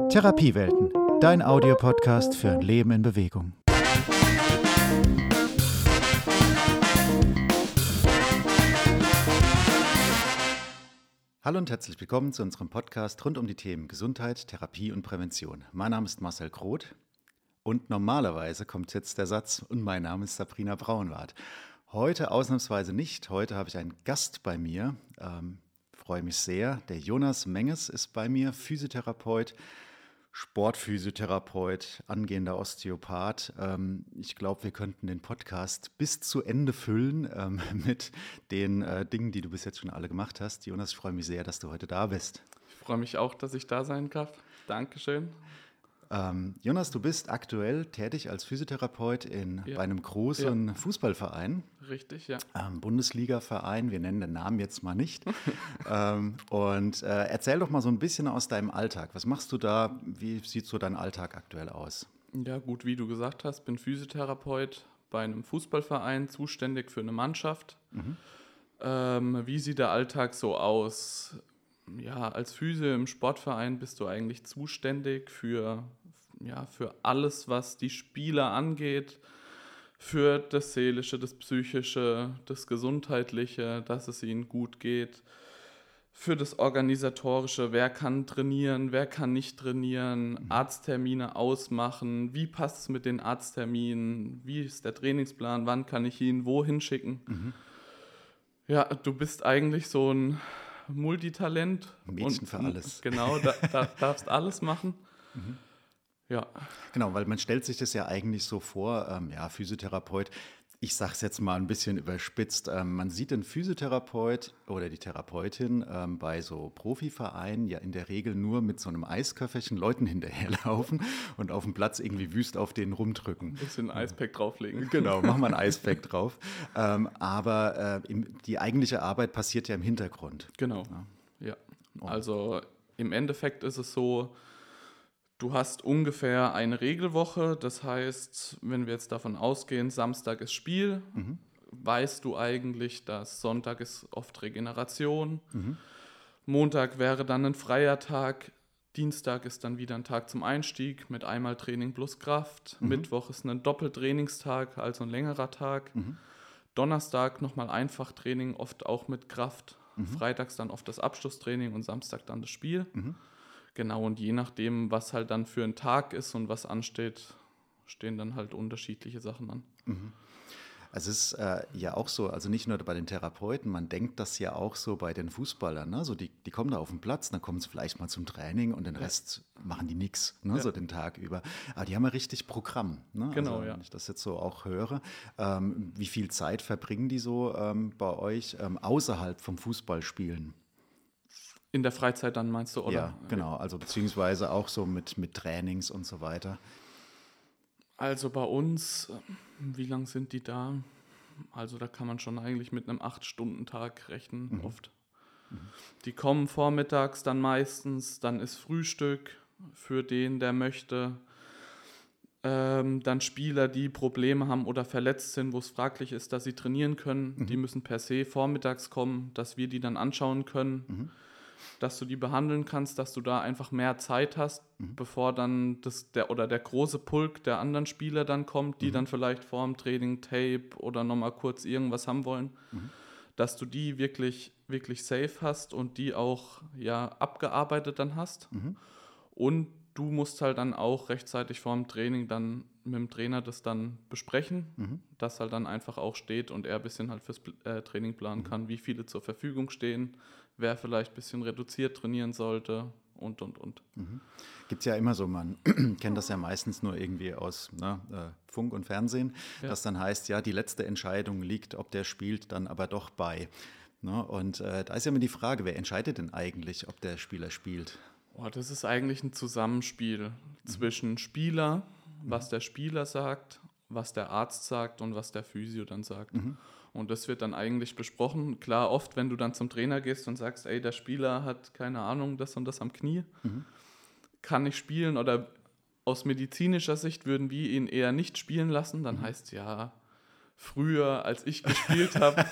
Therapiewelten, dein Audiopodcast für ein Leben in Bewegung. Hallo und herzlich willkommen zu unserem Podcast rund um die Themen Gesundheit, Therapie und Prävention. Mein Name ist Marcel Groth und normalerweise kommt jetzt der Satz und mein Name ist Sabrina Braunwart. Heute ausnahmsweise nicht. Heute habe ich einen Gast bei mir. Freue mich sehr. Der Jonas Menges ist bei mir, Physiotherapeut, Sportphysiotherapeut, angehender Osteopath. Ich glaube, wir könnten den Podcast bis zu Ende füllen mit den Dingen, die du bis jetzt schon alle gemacht hast. Jonas, ich freue mich sehr, dass du heute da bist. Ich freue mich auch, dass ich da sein darf. Dankeschön. Jonas, du bist aktuell tätig als Physiotherapeut bei einem großen Fußballverein. Richtig, ja. Bundesliga-Verein, wir nennen den Namen jetzt mal nicht. Erzähl doch mal so ein bisschen aus deinem Alltag. Was machst du da? Wie sieht so dein Alltag aktuell aus? Ja gut, wie du gesagt hast, bin Physiotherapeut bei einem Fußballverein, zuständig für eine Mannschaft. Wie sieht der Alltag so aus? Ja, als Physio im Sportverein bist du eigentlich zuständig für alles, was die Spieler angeht, für das Seelische, das Psychische, das Gesundheitliche, dass es ihnen gut geht, für das Organisatorische, wer kann trainieren, wer kann nicht trainieren, Arzttermine ausmachen, wie passt es mit den Arztterminen, wie ist der Trainingsplan, wann kann ich ihn wohin schicken. Ja, du bist eigentlich so ein Multitalent. Mädchen für alles. Genau, darfst alles machen. Ja. Genau, weil man stellt sich das ja eigentlich so vor, Physiotherapeut, ich sage es jetzt mal ein bisschen überspitzt, man sieht den Physiotherapeut oder die Therapeutin bei so Profivereinen ja in der Regel nur mit so einem Eisköfferchen Leuten hinterherlaufen und auf dem Platz irgendwie wüst auf denen rumdrücken. Ein bisschen ein Eispack drauflegen. Genau, machen wir ein Eispack drauf. Aber die eigentliche Arbeit passiert ja im Hintergrund. Genau, ja. Also im Endeffekt ist es so, du hast ungefähr eine Regelwoche, das heißt, wenn wir jetzt davon ausgehen, Samstag ist Spiel, weißt du eigentlich, dass Sonntag ist oft Regeneration, Montag wäre dann ein freier Tag, Dienstag ist dann wieder ein Tag zum Einstieg mit einmal Training plus Kraft, Mittwoch ist ein Doppeltrainingstag, also ein längerer Tag, Donnerstag nochmal Einfachtraining, oft auch mit Kraft, freitags dann oft das Abschlusstraining und Samstag dann das Spiel. Genau, und je nachdem, was halt dann für ein Tag ist und was ansteht, stehen dann halt unterschiedliche Sachen an. Also es ist ja auch so, also nicht nur bei den Therapeuten, man denkt das ja auch so bei den Fußballern, ne? So die kommen da auf den Platz, dann kommen sie vielleicht mal zum Training und den Rest machen die nichts, ne? So den Tag über. Aber die haben ja richtig Programm, ne? Genau, also, wenn ich das jetzt so auch höre. Wie viel Zeit verbringen die so bei euch außerhalb vom Fußballspielen? In der Freizeit dann meinst du, oder? Ja, genau, also beziehungsweise auch so mit Trainings und so weiter. Also bei uns, wie lang sind die da? Also da kann man schon eigentlich mit einem 8-Stunden-Tag rechnen, oft. Die kommen vormittags dann meistens, dann ist Frühstück für den, der möchte. Dann Spieler, die Probleme haben oder verletzt sind, wo es fraglich ist, dass sie trainieren können, die müssen per se vormittags kommen, dass wir die dann anschauen können. Dass du die behandeln kannst, dass du da einfach mehr Zeit hast, bevor dann der große Pulk der anderen Spieler dann kommt, die dann vielleicht vor dem Training Tape oder nochmal kurz irgendwas haben wollen, dass du die wirklich, wirklich safe hast und die auch abgearbeitet dann hast. Und du musst halt dann auch rechtzeitig vor dem Training dann mit dem Trainer das dann besprechen, dass halt dann einfach auch steht und er ein bisschen halt fürs Training planen kann, wie viele zur Verfügung stehen, wer vielleicht ein bisschen reduziert trainieren sollte und. Gibt es ja immer so, man kennt das ja meistens nur irgendwie aus Funk und Fernsehen, das dann heißt, ja, die letzte Entscheidung liegt, ob der spielt, dann aber doch bei. Ne? Und da ist ja immer die Frage, wer entscheidet denn eigentlich, ob der Spieler spielt? Das ist eigentlich ein Zusammenspiel zwischen Spieler, was der Spieler sagt, was der Arzt sagt und was der Physio dann sagt. Und das wird dann eigentlich besprochen. Klar, oft, wenn du dann zum Trainer gehst und sagst, ey, der Spieler hat, keine Ahnung, das und das am Knie, kann nicht spielen oder aus medizinischer Sicht würden wir ihn eher nicht spielen lassen, dann heißt es ja, früher, als ich gespielt habe,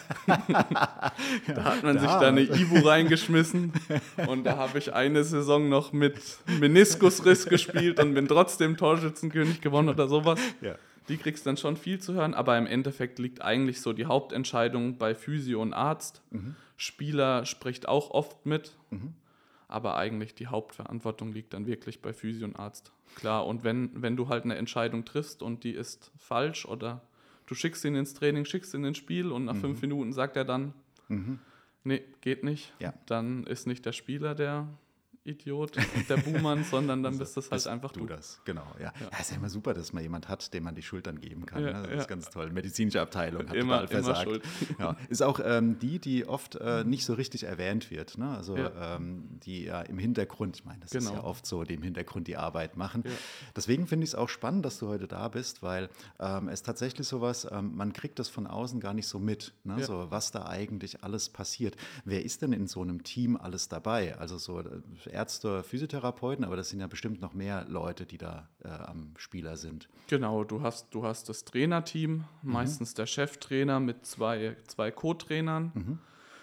da hat man sich da eine Ibu reingeschmissen und da habe ich eine Saison noch mit Meniskusriss gespielt und bin trotzdem Torschützenkönig gewonnen oder sowas. Ja. Die kriegst dann schon viel zu hören, aber im Endeffekt liegt eigentlich so die Hauptentscheidung bei Physio und Arzt. Spieler spricht auch oft mit, aber eigentlich die Hauptverantwortung liegt dann wirklich bei Physio und Arzt. Klar, und wenn du halt eine Entscheidung triffst und die ist falsch oder du schickst ihn ins Training, schickst ihn ins Spiel und nach 5 Minuten sagt er dann, nee, geht nicht, dann ist nicht der Spieler der Idiot und der Buhmann, sondern dann bist das halt einfach du. Das, genau, ja. Ja, ist ja immer super, dass man jemand hat, dem man die Schultern geben kann. Ja, ne? Das ist ganz toll. Medizinische Abteilung hat immer versagt. Schuld. Ja. Ist auch die oft nicht so richtig erwähnt wird. Ne? Also die ja im Hintergrund, ich meine, das ist ja oft so, die im Hintergrund die Arbeit machen. Ja. Deswegen finde ich es auch spannend, dass du heute da bist, weil es tatsächlich sowas, man kriegt das von außen gar nicht so mit, ne? So, was da eigentlich alles passiert. Wer ist denn in so einem Team alles dabei? Also so Ärzte, Physiotherapeuten, aber das sind ja bestimmt noch mehr Leute, die da am Spieler sind. Genau, du hast das Trainerteam, meistens der Cheftrainer mit zwei Co-Trainern.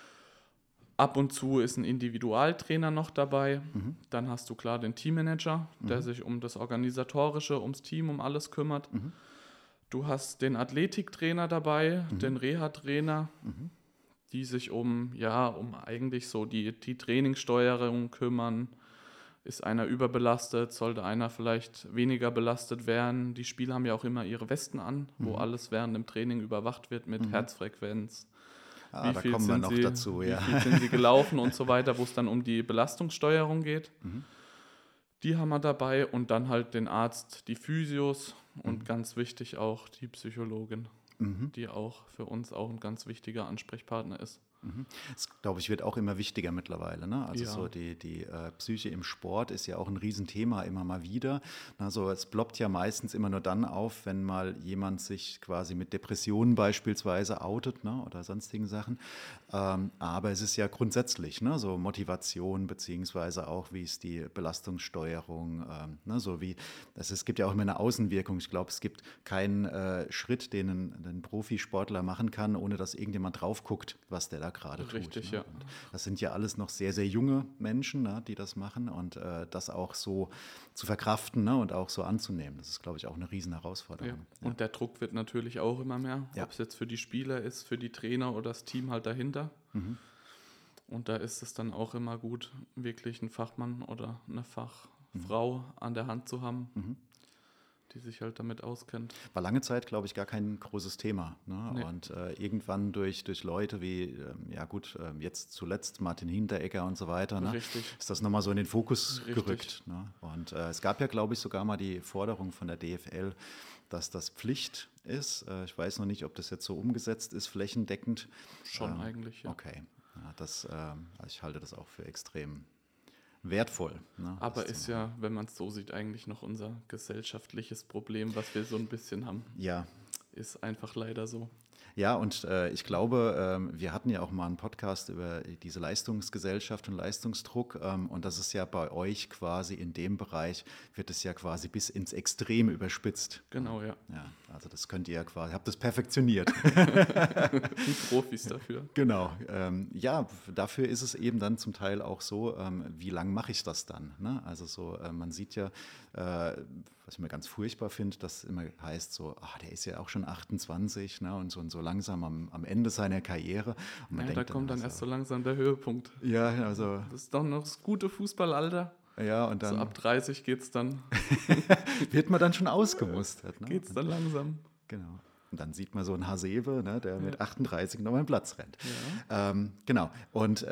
Ab und zu ist ein Individualtrainer noch dabei. Dann hast du klar den Teammanager, der sich um das Organisatorische, ums Team, um alles kümmert. Du hast den Athletiktrainer dabei, den Reha-Trainer, die sich um eigentlich so die Trainingssteuerung kümmern. Ist einer überbelastet, sollte einer vielleicht weniger belastet werden. Die Spieler haben ja auch immer ihre Westen an, wo alles während dem Training überwacht wird mit Herzfrequenz. Da kommen wir noch dazu. Wie viel sind sie gelaufen und so weiter, wo es dann um die Belastungssteuerung geht. Die haben wir dabei und dann halt den Arzt, die Physios und ganz wichtig auch die Psychologin, die auch für uns auch ein ganz wichtiger Ansprechpartner ist. Das, glaube ich, wird auch immer wichtiger mittlerweile. Ne? Also so die Psyche im Sport ist ja auch ein Riesenthema immer mal wieder. Also es ploppt ja meistens immer nur dann auf, wenn mal jemand sich quasi mit Depressionen beispielsweise outet, ne? Oder sonstigen Sachen. Aber es ist ja grundsätzlich, ne? So Motivation beziehungsweise auch, wie ist die Belastungssteuerung, ne? So wie, es gibt ja auch immer eine Außenwirkung. Ich glaube, es gibt keinen Schritt, den ein Profisportler machen kann, ohne dass irgendjemand drauf guckt, was der da gerade tut. Richtig, ne? ja. Und das sind ja alles noch sehr, sehr junge Menschen, ne, die das machen und das auch so zu verkraften, ne, und auch so anzunehmen. Das ist, glaube ich, auch eine riesen Herausforderung. Ja. Und der Druck wird natürlich auch immer mehr, ob es jetzt für die Spieler ist, für die Trainer oder das Team halt dahinter. Und da ist es dann auch immer gut, wirklich einen Fachmann oder eine Fachfrau an der Hand zu haben, die sich halt damit auskennt. War lange Zeit, glaube ich, gar kein großes Thema. Ne? Nee. Und irgendwann durch Leute wie, jetzt zuletzt Martin Hinteregger und so weiter, ne? Ist das nochmal so in den Fokus gerückt. Ne? Und es gab ja, glaube ich, sogar mal die Forderung von der DFL, dass das Pflicht ist. Ich weiß noch nicht, ob das jetzt so umgesetzt ist, flächendeckend. Schon eigentlich, ja. Okay, ja, ich halte das auch für extrem wertvoll. Ne, aber ist ja, wenn man es so sieht, eigentlich noch unser gesellschaftliches Problem, was wir so ein bisschen haben. Ja. Ist einfach leider so. Ja, und ich glaube, wir hatten ja auch mal einen Podcast über diese Leistungsgesellschaft und Leistungsdruck und das ist ja bei euch quasi in dem Bereich, wird es ja quasi bis ins Extrem überspitzt. Genau, ja. Ja, also das könnt ihr ja quasi, habt das perfektioniert. Die Profis dafür. Genau. Ja, dafür ist es eben dann zum Teil auch so, wie lange mache ich das dann? Ne? Also so, man sieht ja, was ich mir ganz furchtbar finde, dass immer heißt so, der ist ja auch schon 28, ne, und so langsam am Ende seiner Karriere. Und man ja, denkt da kommt dann erst so langsam der Höhepunkt. Ja, also. Das ist doch noch das gute Fußballalter. Ja, und dann. So ab 30 geht's dann. Wird man dann schon ausgemustert. Ne? Geht's dann langsam. Genau. Und dann sieht man so einen Hasebe, ne, der mit 38 noch mal einen Platz rennt. Ja. Genau. Und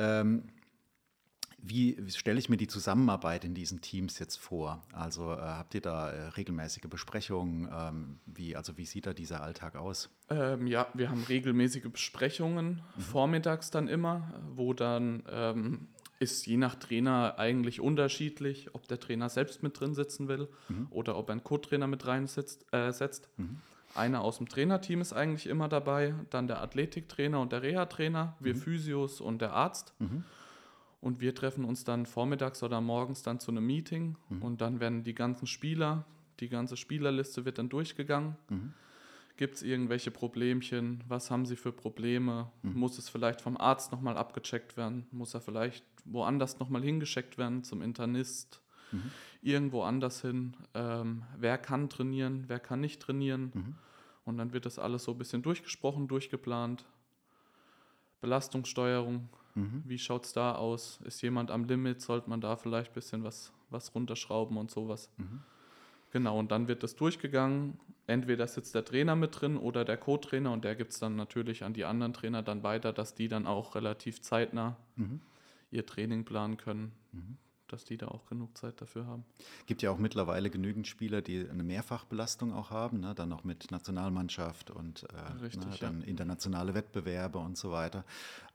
wie stelle ich mir die Zusammenarbeit in diesen Teams jetzt vor? Also habt ihr da regelmäßige Besprechungen? Wie sieht da dieser Alltag aus? Ja, wir haben regelmäßige Besprechungen, vormittags dann immer, wo dann ist je nach Trainer eigentlich unterschiedlich, ob der Trainer selbst mit drin sitzen will oder ob er einen Co-Trainer mit reinsetzt. Einer aus dem Trainerteam ist eigentlich immer dabei, dann der Athletiktrainer und der Reha-Trainer, wir Physios und der Arzt. Und wir treffen uns dann vormittags oder morgens dann zu einem Meeting und dann werden die ganzen Spieler, die ganze Spielerliste wird dann durchgegangen. Gibt es irgendwelche Problemchen? Was haben sie für Probleme? Muss es vielleicht vom Arzt nochmal abgecheckt werden? Muss er vielleicht woanders nochmal hingeschickt werden, zum Internist? Irgendwo anders hin? Wer kann trainieren? Wer kann nicht trainieren? Und dann wird das alles so ein bisschen durchgesprochen, durchgeplant. Belastungssteuerung, wie schaut es da aus? Ist jemand am Limit? Sollte man da vielleicht ein bisschen was runterschrauben und sowas? Genau, und dann wird das durchgegangen. Entweder sitzt der Trainer mit drin oder der Co-Trainer und der gibt es dann natürlich an die anderen Trainer dann weiter, dass die dann auch relativ zeitnah ihr Training planen können, dass die da auch genug Zeit dafür haben. Gibt ja auch mittlerweile genügend Spieler, die eine Mehrfachbelastung auch haben, ne? Dann noch mit Nationalmannschaft und Richtig, dann internationale Wettbewerbe und so weiter.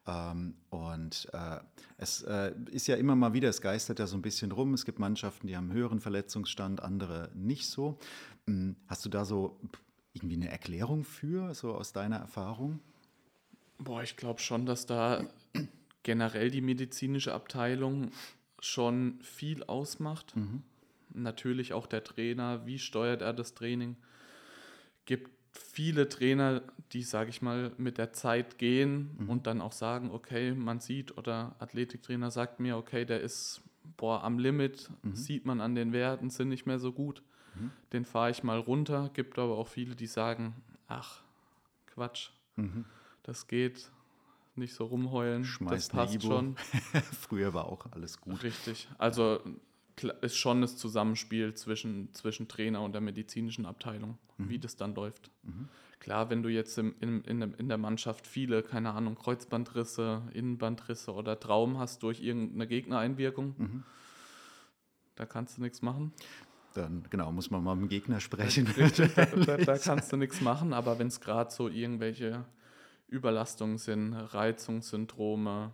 Es ist ja immer mal wieder, es geistert ja so ein bisschen rum. Es gibt Mannschaften, die haben einen höheren Verletzungsstand, andere nicht so. Hast du da so irgendwie eine Erklärung für, so aus deiner Erfahrung? Boah, ich glaube schon, dass da generell die medizinische Abteilung schon viel ausmacht. Natürlich auch der Trainer, wie steuert er das Training. Gibt viele Trainer, die, sage ich mal, mit der Zeit gehen und dann auch sagen, okay, man sieht, oder Athletiktrainer sagt mir, okay, der ist am Limit, sieht man an den Werten, sind nicht mehr so gut. Den fahre ich mal runter. Gibt aber auch viele, die sagen, ach, Quatsch, das geht, nicht so rumheulen, Schmeiß das passt schon. Früher war auch alles gut. Richtig, also ist schon das Zusammenspiel zwischen Trainer und der medizinischen Abteilung, wie das dann läuft. Klar, wenn du jetzt in der Mannschaft viele, keine Ahnung, Kreuzbandrisse, Innenbandrisse oder Traum hast durch irgendeine Gegnereinwirkung, da kannst du nichts machen. Dann muss man mal mit dem Gegner sprechen. Richtig, da kannst du nichts machen, aber wenn es gerade so irgendwelche Überlastungen sind, Reizungssyndrome,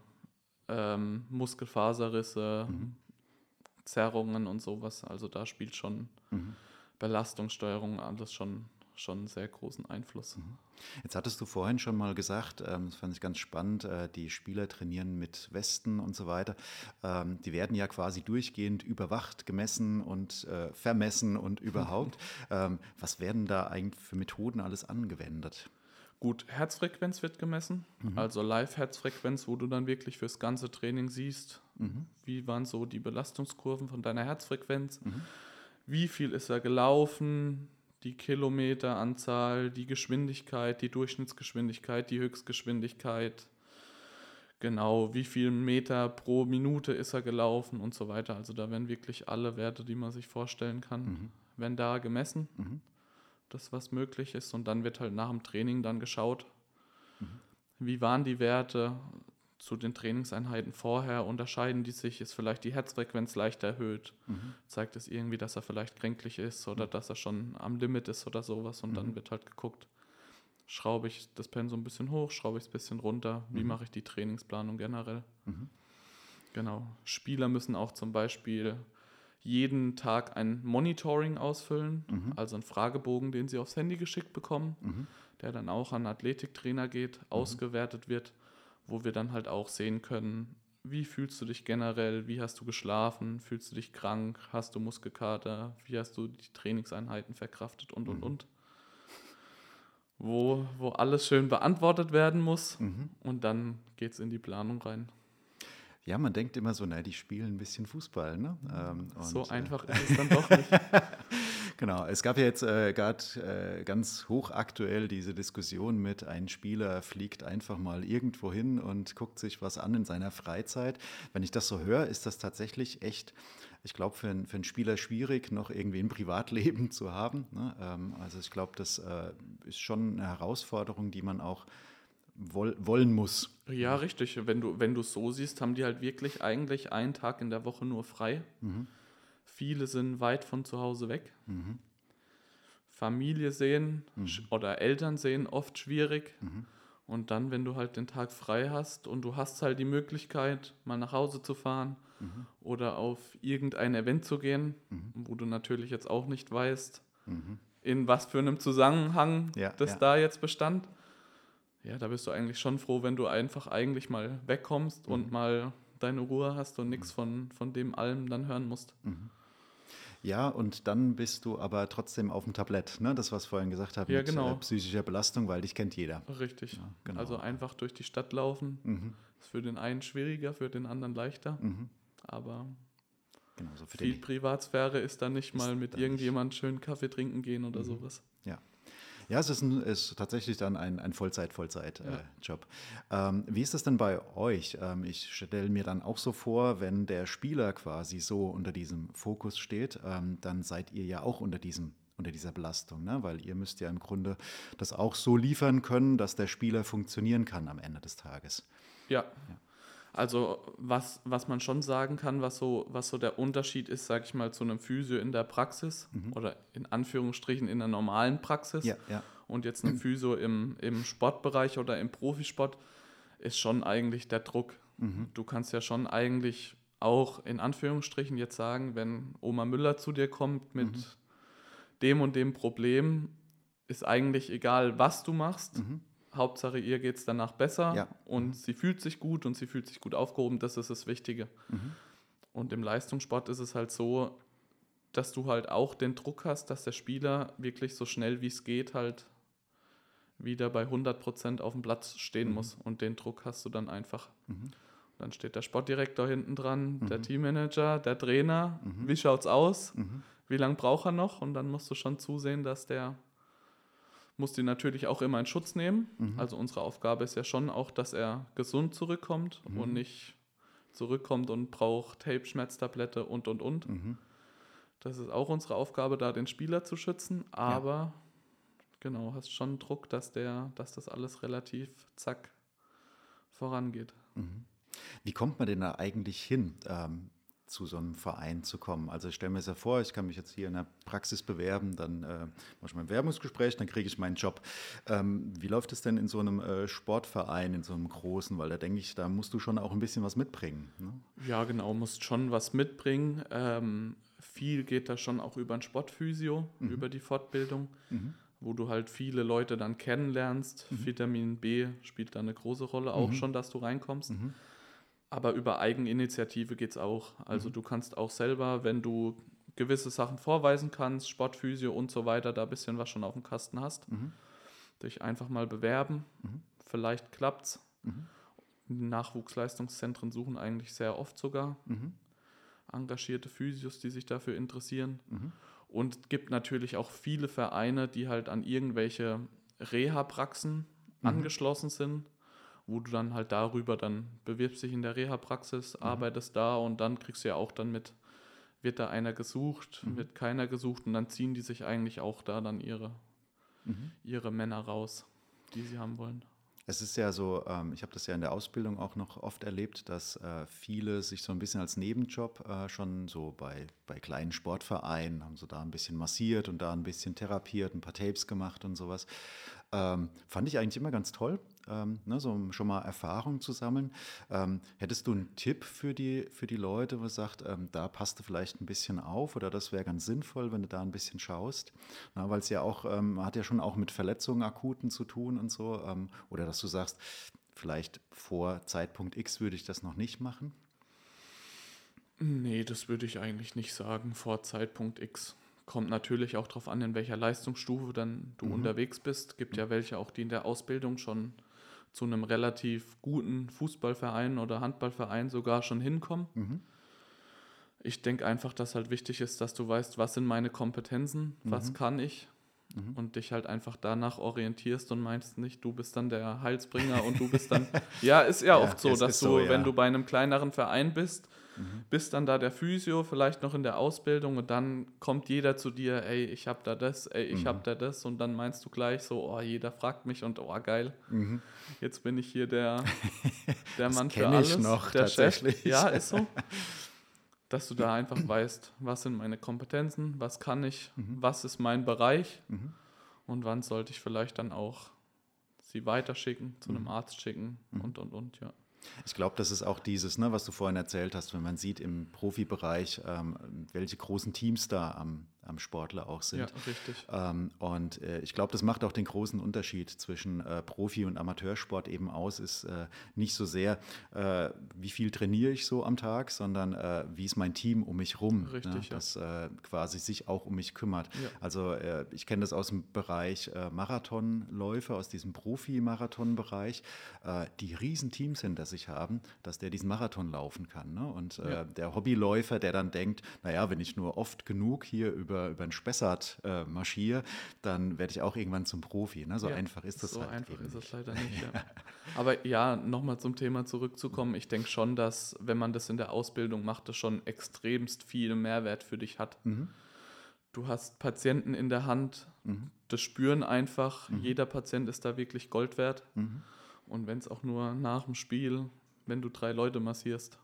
Muskelfaserrisse, Zerrungen und sowas, also da spielt schon Belastungssteuerung alles schon einen sehr großen Einfluss. Jetzt hattest du vorhin schon mal gesagt, das fand ich ganz spannend, die Spieler trainieren mit Westen und so weiter. Die werden ja quasi durchgehend überwacht, gemessen und vermessen und überhaupt. Was werden da eigentlich für Methoden alles angewendet? Gut, Herzfrequenz wird gemessen, also Live-Herzfrequenz, wo du dann wirklich fürs ganze Training siehst, wie waren so die Belastungskurven von deiner Herzfrequenz, wie viel ist er gelaufen, die Kilometeranzahl, die Geschwindigkeit, die Durchschnittsgeschwindigkeit, die Höchstgeschwindigkeit, genau, wie viel Meter pro Minute ist er gelaufen und so weiter. Also da werden wirklich alle Werte, die man sich vorstellen kann, werden da gemessen. Das, was möglich ist, und dann wird halt nach dem Training dann geschaut, wie waren die Werte zu den Trainingseinheiten vorher, unterscheiden die sich, ist vielleicht die Herzfrequenz leicht erhöht, zeigt es irgendwie, dass er vielleicht kränklich ist oder dass er schon am Limit ist oder sowas, und dann wird halt geguckt, schraube ich das Pensum ein bisschen hoch, schraube ich es ein bisschen runter, wie mache ich die Trainingsplanung generell. Genau, Spieler müssen auch zum Beispiel jeden Tag ein Monitoring ausfüllen, also einen Fragebogen, den sie aufs Handy geschickt bekommen, der dann auch an Athletiktrainer geht, ausgewertet wird, wo wir dann halt auch sehen können, wie fühlst du dich generell, wie hast du geschlafen, fühlst du dich krank, hast du Muskelkater, wie hast du die Trainingseinheiten verkraftet und. Wo alles schön beantwortet werden muss, und dann geht es in die Planung rein. Ja, man denkt immer so, die spielen ein bisschen Fußball, ne? So einfach ist es dann doch nicht. Genau, es gab ja jetzt gerade ganz hochaktuell diese Diskussion mit, ein Spieler fliegt einfach mal irgendwo hin und guckt sich was an in seiner Freizeit. Wenn ich das so höre, ist das tatsächlich echt, ich glaube, für einen Spieler schwierig, noch irgendwie ein Privatleben zu haben, ne? Also ich glaube, das ist schon eine Herausforderung, die man auch wollen muss. Ja, richtig. Wenn du es so siehst, haben die halt wirklich eigentlich einen Tag in der Woche nur frei. Viele sind weit von zu Hause weg. Familie sehen oder Eltern sehen oft schwierig. Und dann, wenn du halt den Tag frei hast und du hast halt die Möglichkeit, mal nach Hause zu fahren oder auf irgendein Event zu gehen, wo du natürlich jetzt auch nicht weißt, in was für einem Zusammenhang das da jetzt bestand. Ja, da bist du eigentlich schon froh, wenn du einfach eigentlich mal wegkommst und mal deine Ruhe hast und nichts von dem allem dann hören musst. Ja, und dann bist du aber trotzdem auf dem Tablett, ne? Das, was ich vorhin gesagt habe, Ja, mit genau. psychischer Belastung, weil dich kennt jeder. Richtig. Ja, genau. Also einfach durch die Stadt laufen. Ist für den einen schwieriger, für den anderen leichter. Aber Genau, so für viel den Privatsphäre ist dann nicht ist mal mit da irgendjemand schön Kaffee trinken gehen oder sowas. Ja. Ja, es ist tatsächlich dann ein Vollzeit-Job. Wie ist das denn bei euch? Ich stelle mir dann auch so vor, wenn der Spieler quasi so unter diesem Fokus steht, dann seid ihr ja auch unter dieser Belastung, ne? Weil ihr müsst ja im Grunde das auch so liefern können, dass der Spieler funktionieren kann am Ende des Tages. Ja. Also was man schon sagen kann, was so der Unterschied ist, sag ich mal, zu einem Physio in der Praxis oder in Anführungsstrichen in der normalen Praxis Ja, ja. und jetzt einem Physio im Sportbereich oder im Profisport, ist schon eigentlich der Druck. Du kannst ja schon eigentlich auch in Anführungsstrichen jetzt sagen, wenn Oma Müller zu dir kommt mit dem und dem Problem, ist eigentlich egal, was du machst. Hauptsache, ihr geht es danach besser Ja. und sie fühlt sich gut und sie fühlt sich gut aufgehoben, das ist das Wichtige. Und im Leistungssport ist es halt so, dass du halt auch den Druck hast, dass der Spieler wirklich so schnell wie es geht halt wieder bei 100% auf dem Platz stehen muss. Und den Druck hast du dann einfach. Dann steht der Sportdirektor hinten dran, der Teammanager, der Trainer. Wie schaut's aus? Wie lange braucht er noch? Und dann musst du schon zusehen, dass der muss die natürlich auch immer in Schutz nehmen. Also unsere Aufgabe ist ja schon auch, dass er gesund zurückkommt und nicht zurückkommt und braucht Tape, Schmerztablette und. Das ist auch unsere Aufgabe, da den Spieler zu schützen. Aber genau, hast schon Druck, dass das alles relativ zack vorangeht. Wie kommt man denn da eigentlich hin, zu so einem Verein zu kommen? Also ich stelle mir das ja vor, ich kann mich jetzt hier in der Praxis bewerben, dann mache ich mein Bewerbungsgespräch, dann kriege ich meinen Job. Wie läuft es denn in so einem Sportverein, in so einem großen? Weil da denke ich, da musst du schon auch ein bisschen was mitbringen, ne? Ja, genau, musst schon was mitbringen. Viel geht da schon auch über ein Sportphysio, über die Fortbildung, wo du halt viele Leute dann kennenlernst. Vitamin B spielt da eine große Rolle, auch schon, dass du reinkommst. Aber über Eigeninitiative geht es auch. Also du kannst auch selber, wenn du gewisse Sachen vorweisen kannst, Sportphysio und so weiter, da ein bisschen was schon auf dem Kasten hast, dich einfach mal bewerben. Vielleicht klappt's. Nachwuchsleistungszentren suchen eigentlich sehr oft sogar engagierte Physios, die sich dafür interessieren. Und es gibt natürlich auch viele Vereine, die halt an irgendwelche Reha-Praxen angeschlossen sind, wo du dann halt darüber dann bewirbst dich in der Reha-Praxis, arbeitest da und dann kriegst du ja auch dann mit, wird da einer gesucht, wird keiner gesucht und dann ziehen die sich eigentlich auch da dann ihre Männer raus, die sie haben wollen. Es ist ja so, ich habe das ja in der Ausbildung auch noch oft erlebt, dass viele sich so ein bisschen als Nebenjob schon so bei kleinen Sportvereinen haben so da ein bisschen massiert und da ein bisschen therapiert, ein paar Tapes gemacht und sowas. Fand ich eigentlich immer ganz toll, ne, so um schon mal Erfahrung zu sammeln. Hättest du einen Tipp für die Leute, wo du sagst, da passt du vielleicht ein bisschen auf oder das wäre ganz sinnvoll, wenn du da ein bisschen schaust? Weil es ja auch, hat ja schon auch mit Verletzungen akuten zu tun und so. Oder dass du sagst, vielleicht vor Zeitpunkt X würde ich das noch nicht machen? Nee, das würde ich eigentlich nicht sagen, vor Zeitpunkt X. Kommt natürlich auch darauf an, in welcher Leistungsstufe dann du unterwegs bist. Gibt ja welche auch, die in der Ausbildung schon zu einem relativ guten Fußballverein oder Handballverein sogar schon hinkommen. Ich denke einfach, dass halt wichtig ist, dass du weißt, was sind meine Kompetenzen, was kann ich und dich halt einfach danach orientierst und meinst nicht, du bist dann der Heilsbringer und du bist dann, ja, ist ja oft so, dass du, wenn du bei einem kleineren Verein bist, bist dann da der Physio, vielleicht noch in der Ausbildung und dann kommt jeder zu dir, ey, ich hab da das, ey, ich hab da das und dann meinst du gleich so, oh, jeder fragt mich und oh, geil, jetzt bin ich hier der Mann für alles, ich noch, der Chef. tatsächlich. Ja, ist so. Dass du da einfach weißt, was sind meine Kompetenzen, was kann ich, was ist mein Bereich und wann sollte ich vielleicht dann auch sie weiterschicken, zu einem Arzt schicken und, ja. Ich glaube, das ist auch dieses, ne, was du vorhin erzählt hast, wenn man sieht im Profibereich, welche großen Teams da am Sportler auch sind. Ja, richtig. Und ich glaube, das macht auch den großen Unterschied zwischen Profi- und Amateursport eben aus, ist nicht so sehr, wie viel trainiere ich so am Tag, sondern wie ist mein Team um mich rum, ne? Richtig, ja. Das quasi sich auch um mich kümmert. Ja. Also ich kenne das aus dem Bereich Marathonläufer, aus diesem Profi-Marathon-Bereich, die riesen Teams hinter sich haben, dass der diesen Marathon laufen kann. Ne? Und der Hobbyläufer, der dann denkt, naja, wenn ich nur oft genug hier über den Spessart marschiere, dann werde ich auch irgendwann zum Profi. Ne? So einfach ist das so halt einfach eben ist es nicht. leider nicht. Ja. Aber ja, nochmal zum Thema zurückzukommen. Ich denke schon, dass, wenn man das in der Ausbildung macht, das schon extremst viel Mehrwert für dich hat. Du hast Patienten in der Hand, das spüren einfach. Jeder Patient ist da wirklich Gold wert. Und wenn es auch nur nach dem Spiel, wenn du 3 Leute massierst,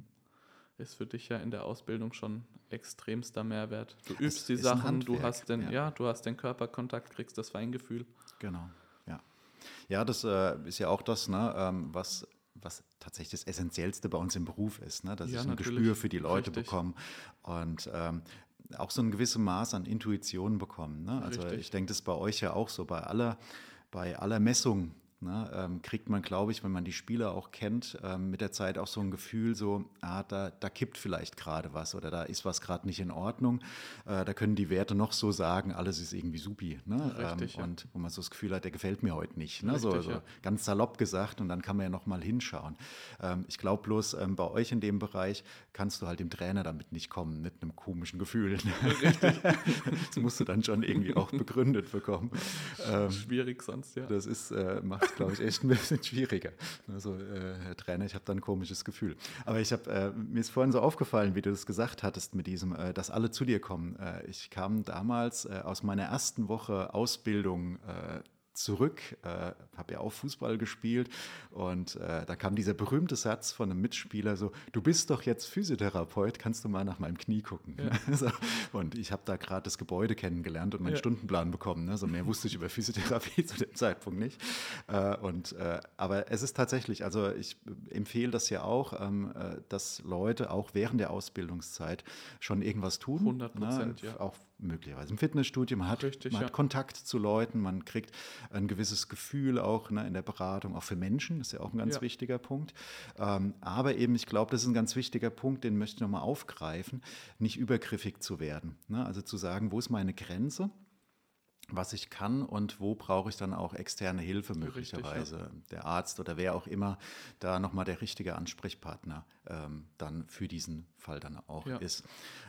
ist für dich ja in der Ausbildung schon extremster Mehrwert. Du übst die ist ein Sachen, du Handwerk, du hast den Körperkontakt, kriegst das Feingefühl. Genau, ja. Ja, das ist ja auch das, ne, was tatsächlich das Essentiellste bei uns im Beruf ist, ne, dass Ja, ich ein natürlich. Gespür für die Leute Richtig. bekomme und auch so ein gewisses Maß an Intuition bekommen. Ne? Also Richtig. ich denke, das ist bei euch ja auch so, bei aller Messung. Ne, kriegt man, glaube ich, wenn man die Spieler auch kennt, mit der Zeit auch so ein Gefühl, so, da kippt vielleicht gerade was oder da ist was gerade nicht in Ordnung. Da können die Werte noch so sagen, alles ist irgendwie supi. Ne? Richtig, ja. Und wo man so das Gefühl hat, der gefällt mir heute nicht. Ne? Richtig, So ja. ganz salopp gesagt und dann kann man ja noch mal hinschauen. Ich glaube bloß, bei euch in dem Bereich kannst du halt dem Trainer damit nicht kommen, mit einem komischen Gefühl. Richtig. Das musst du dann schon irgendwie auch begründet bekommen. Schwierig sonst, ja. Das macht es, glaube ich, echt ein bisschen schwieriger. Also, Herr Trainer, ich habe da ein komisches Gefühl. Aber mir ist vorhin so aufgefallen, wie du das gesagt hattest mit diesem, dass alle zu dir kommen. Ich kam damals aus meiner ersten Woche Ausbildung zurück, habe ja auch Fußball gespielt und da kam dieser berühmte Satz von einem Mitspieler so, du bist doch jetzt Physiotherapeut, kannst du mal nach meinem Knie gucken. Ja. So, und ich habe da gerade das Gebäude kennengelernt und meinen Stundenplan bekommen. Ne? So mehr wusste ich über Physiotherapie zu dem Zeitpunkt nicht. Aber es ist tatsächlich, also ich empfehle das ja auch, dass Leute auch während der Ausbildungszeit schon irgendwas tun. 100%, ne? ja. Auch möglicherweise im Fitnessstudio, man hat Kontakt zu Leuten, man kriegt ein gewisses Gefühl auch, ne, in der Beratung, auch für Menschen, das ist ja auch ein ganz wichtiger Punkt. Aber eben, ich glaube, das ist ein ganz wichtiger Punkt, den möchte ich nochmal aufgreifen, nicht übergriffig zu werden. Ne? Also zu sagen, wo ist meine Grenze? Was ich kann und wo brauche ich dann auch externe Hilfe möglicherweise. Richtig, der Arzt oder wer auch immer da nochmal der richtige Ansprechpartner dann für diesen Fall dann auch ist.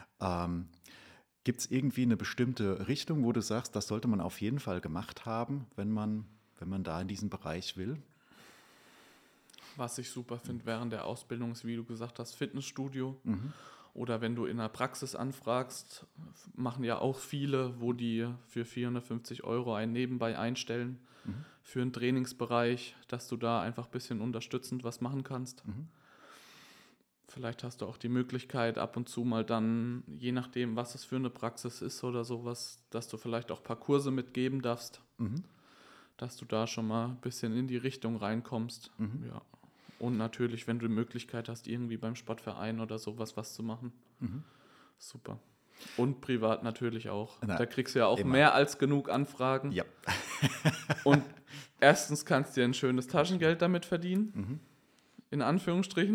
Gibt es irgendwie eine bestimmte Richtung, wo du sagst, das sollte man auf jeden Fall gemacht haben, wenn man da in diesen Bereich will? Was ich super finde während der Ausbildung ist, wie du gesagt hast, Fitnessstudio. Oder wenn du in einer Praxis anfragst, machen ja auch viele, wo die für 450 € ein Nebenbei einstellen für einen Trainingsbereich, dass du da einfach ein bisschen unterstützend was machen kannst. Vielleicht hast du auch die Möglichkeit, ab und zu mal dann, je nachdem, was es für eine Praxis ist oder sowas, dass du vielleicht auch ein paar Kurse mitgeben darfst, dass du da schon mal ein bisschen in die Richtung reinkommst. Ja. Und natürlich, wenn du die Möglichkeit hast, irgendwie beim Sportverein oder sowas was zu machen. Super. Und privat natürlich auch. Da kriegst du ja auch immer mehr als genug Anfragen. Ja. Und erstens kannst du dir ein schönes Taschengeld damit verdienen, in Anführungsstrichen.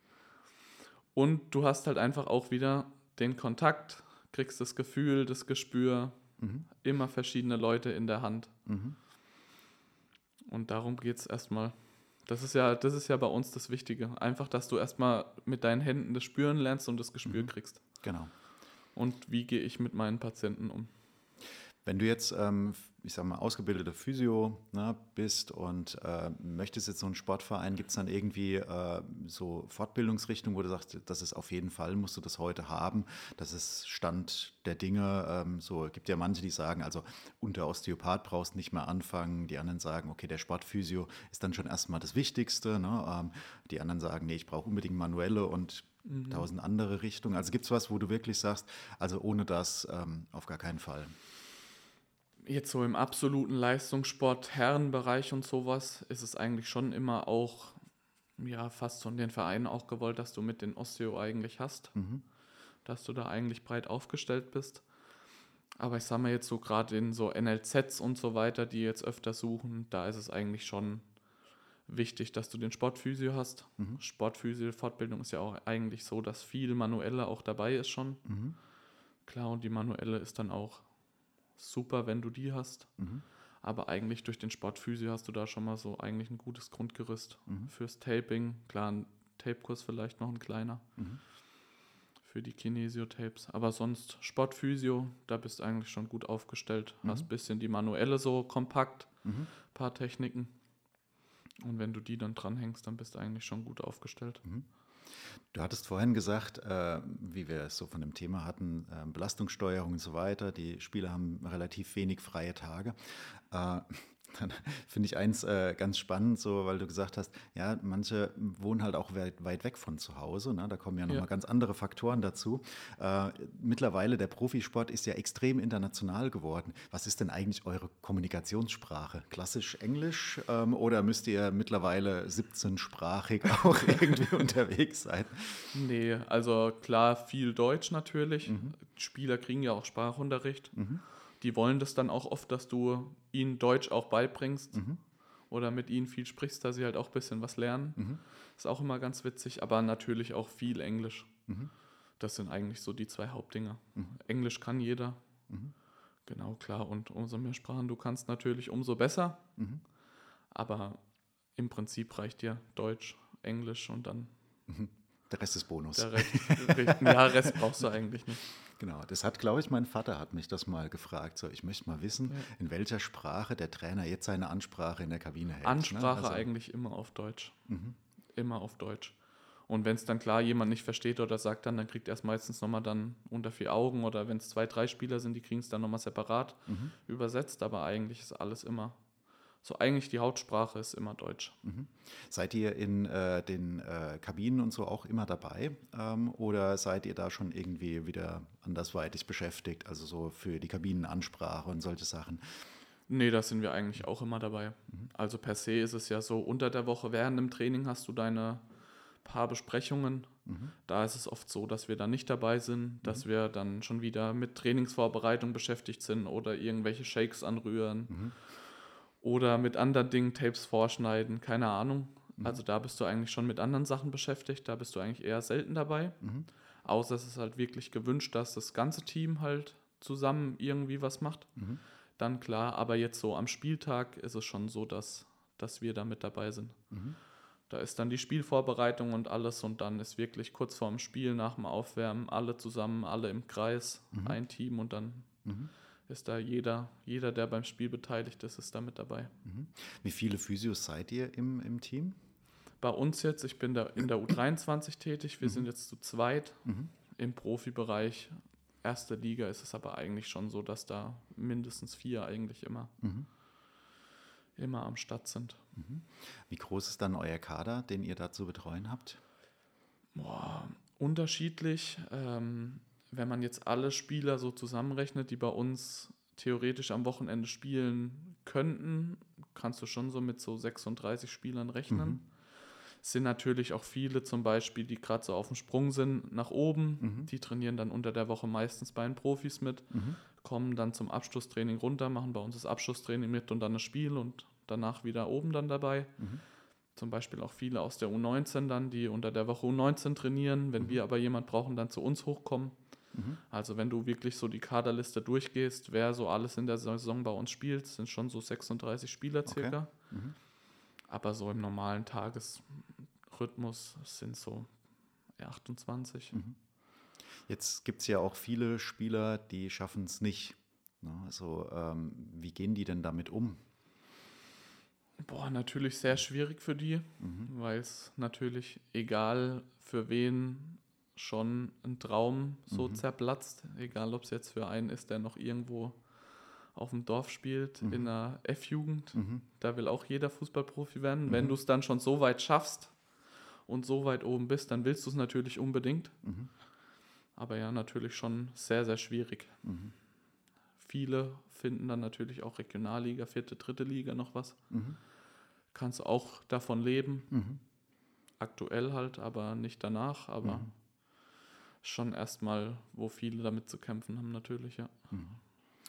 Und du hast halt einfach auch wieder den Kontakt, kriegst das Gefühl, das Gespür, immer verschiedene Leute in der Hand. Und darum geht es erstmal. Das ist ja bei uns das Wichtige. Einfach, dass du erstmal mit deinen Händen das Spüren lernst und das Gespür kriegst. Genau. Und wie gehe ich mit meinen Patienten um? Wenn du jetzt, ich sag mal, ausgebildeter Physio, ne, bist und möchtest jetzt so einen Sportverein, gibt es dann irgendwie so Fortbildungsrichtungen, wo du sagst, das ist auf jeden Fall, musst du das heute haben, das ist Stand der Dinge. Es gibt ja manche, die sagen, also unter Osteopath brauchst du nicht mehr anfangen, die anderen sagen, okay, der Sportphysio ist dann schon erstmal das Wichtigste, ne? Die anderen sagen, nee, ich brauche unbedingt manuelle und 1000 andere Richtungen. Also gibt es was, wo du wirklich sagst, also ohne das auf gar keinen Fall? Jetzt so im absoluten Leistungssport, Herrenbereich und sowas, ist es eigentlich schon immer auch, ja, fast von den Vereinen auch gewollt, dass du mit den Osteo eigentlich hast, dass du da eigentlich breit aufgestellt bist. Aber ich sag mal jetzt so gerade in so NLZs und so weiter, die jetzt öfter suchen, da ist es eigentlich schon wichtig, dass du den Sportphysio hast. Sportphysio-Fortbildung ist ja auch eigentlich so, dass viel Manuelle auch dabei ist schon. Klar, und die Manuelle ist dann auch super, wenn du die hast. Aber eigentlich durch den Sportphysio hast du da schon mal so eigentlich ein gutes Grundgerüst fürs Taping. Klar, ein Tapekurs vielleicht noch ein kleiner für die Kinesiotapes. Aber sonst Sportphysio, da bist du eigentlich schon gut aufgestellt. Hast ein bisschen die Manuelle so kompakt, paar Techniken. Und wenn du die dann dranhängst, dann bist du eigentlich schon gut aufgestellt. Du hattest vorhin gesagt, wie wir es so von dem Thema hatten, Belastungssteuerung und so weiter. Die Spieler haben relativ wenig freie Tage. Dann finde ich eins ganz spannend, so, weil du gesagt hast, ja, manche wohnen halt auch weit weg von zu Hause. Ne? Da kommen ja nochmal ganz andere Faktoren dazu. Mittlerweile, der Profisport ist ja extrem international geworden. Was ist denn eigentlich eure Kommunikationssprache? Klassisch Englisch oder müsst ihr mittlerweile 17-sprachig auch irgendwie unterwegs sein? Nee, also klar, viel Deutsch natürlich. Spieler kriegen ja auch Sprachunterricht. Die wollen das dann auch oft, dass du ihnen Deutsch auch beibringst oder mit ihnen viel sprichst, dass sie halt auch ein bisschen was lernen. Ist auch immer ganz witzig, aber natürlich auch viel Englisch. Das sind eigentlich so die zwei Hauptdinger. Englisch kann jeder. Genau, klar. Und umso mehr Sprachen du kannst, natürlich umso besser. Aber im Prinzip reicht dir Deutsch, Englisch und dann Der Rest ist Bonus. der Rest brauchst du eigentlich nicht. Genau, das hat, glaube ich, mein Vater hat mich das mal gefragt. So, ich möchte mal wissen, in welcher Sprache der Trainer jetzt seine Ansprache in der Kabine hält. Ansprache ne? Also eigentlich immer auf Deutsch. Immer auf Deutsch. Und wenn es dann klar jemand nicht versteht oder sagt dann kriegt er es meistens nochmal dann unter 4 Augen oder wenn es 2, 3 Spieler sind, die kriegen es dann nochmal separat übersetzt. Aber eigentlich ist alles immer, so eigentlich die Hauptsprache ist immer Deutsch. Seid ihr in den Kabinen und so auch immer dabei oder seid ihr da schon irgendwie wieder andersweitig beschäftigt, also so für die Kabinenansprache und solche Sachen? Nee, da sind wir eigentlich auch immer dabei. Also per se ist es ja so, unter der Woche während dem Training hast du deine paar Besprechungen. Da ist es oft so, dass wir da nicht dabei sind, dass wir dann schon wieder mit Trainingsvorbereitung beschäftigt sind oder irgendwelche Shakes anrühren. Oder mit anderen Dingen, Tapes vorschneiden, keine Ahnung. Also da bist du eigentlich schon mit anderen Sachen beschäftigt, da bist du eigentlich eher selten dabei. Außer es ist halt wirklich gewünscht, dass das ganze Team halt zusammen irgendwie was macht. Dann klar, aber jetzt so am Spieltag ist es schon so, dass wir da mit dabei sind. Da ist dann die Spielvorbereitung und alles und dann ist wirklich kurz vorm Spiel, nach dem Aufwärmen, alle zusammen, alle im Kreis, ein Team und dann ist da jeder, der beim Spiel beteiligt ist da mit dabei. Wie viele Physios seid ihr im Team? Bei uns jetzt, ich bin da in der U23 tätig, wir sind jetzt zu zweit. Im Profibereich, erste Liga, ist es aber eigentlich schon so, dass da mindestens 4 eigentlich immer am Start sind. Wie groß ist dann euer Kader, den ihr da zu betreuen habt? Unterschiedlich. Wenn man jetzt alle Spieler so zusammenrechnet, die bei uns theoretisch am Wochenende spielen könnten, kannst du schon so mit so 36 Spielern rechnen. Es sind natürlich auch viele zum Beispiel, die gerade so auf dem Sprung sind nach oben. Die trainieren dann unter der Woche meistens bei den Profis mit, kommen dann zum Abschlusstraining runter, machen bei uns das Abschlusstraining mit und dann das Spiel und danach wieder oben dann dabei. Zum Beispiel auch viele aus der U19 dann, die unter der Woche U19 trainieren. Wenn wir aber jemand brauchen, dann zu uns hochkommen. Also wenn du wirklich so die Kaderliste durchgehst, wer so alles in der Saison bei uns spielt, sind schon so 36 Spieler circa. Aber so im normalen Tagesrhythmus sind so 28. Jetzt gibt es ja auch viele Spieler, die schaffen es nicht. Also wie gehen die denn damit um? Natürlich sehr schwierig für die, weil es natürlich egal für wen schon ein Traum so zerplatzt, egal ob es jetzt für einen ist, der noch irgendwo auf dem Dorf spielt, in der F-Jugend, da will auch jeder Fußballprofi werden. Wenn du es dann schon so weit schaffst und so weit oben bist, dann willst du es natürlich unbedingt. Aber ja, natürlich schon sehr, sehr schwierig. Viele finden dann natürlich auch Regionalliga, 4., 3. Liga noch was. Kannst auch davon leben. Aktuell halt, aber nicht danach. Aber schon erstmal, wo viele damit zu kämpfen haben, natürlich, ja.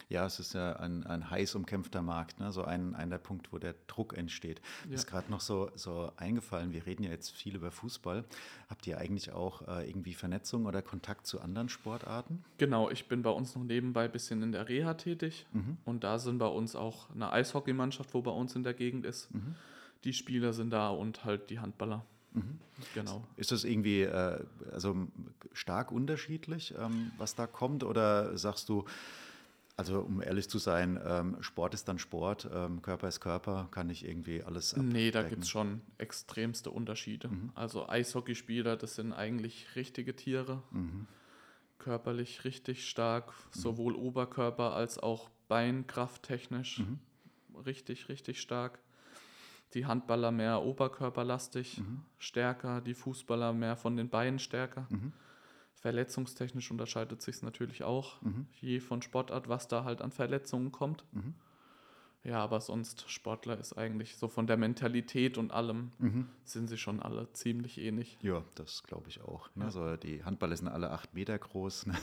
Ja, es ist ja ein heiß umkämpfter Markt, ne? So ein der Punkt, wo der Druck entsteht. Mir Ja. ist gerade noch so eingefallen, wir reden ja jetzt viel über Fußball. Habt ihr eigentlich auch irgendwie Vernetzung oder Kontakt zu anderen Sportarten? Genau, ich bin bei uns noch nebenbei ein bisschen in der Reha tätig und da sind bei uns auch eine Eishockeymannschaft, wo bei uns in der Gegend ist. Die Spieler sind da und halt die Handballer. Genau. Ist das irgendwie stark unterschiedlich, was da kommt? Oder sagst du, also um ehrlich zu sein, Sport ist dann Sport, Körper ist Körper, kann ich irgendwie alles Nee, da gibt es abdecken? schon extremste Unterschiede. Also Eishockeyspieler, das sind eigentlich richtige Tiere, körperlich richtig stark, sowohl Oberkörper als auch beinkrafttechnisch richtig, richtig stark. Die Handballer mehr oberkörperlastig, stärker, die Fußballer mehr von den Beinen stärker. Verletzungstechnisch unterscheidet sich es natürlich auch, je von Sportart, was da halt an Verletzungen kommt. Ja, aber sonst Sportler ist eigentlich so von der Mentalität und allem sind sie schon alle ziemlich ähnlich. Ja, das glaube ich auch. Ne? Ja. So, die Handballer sind alle 8 Meter groß. Ne?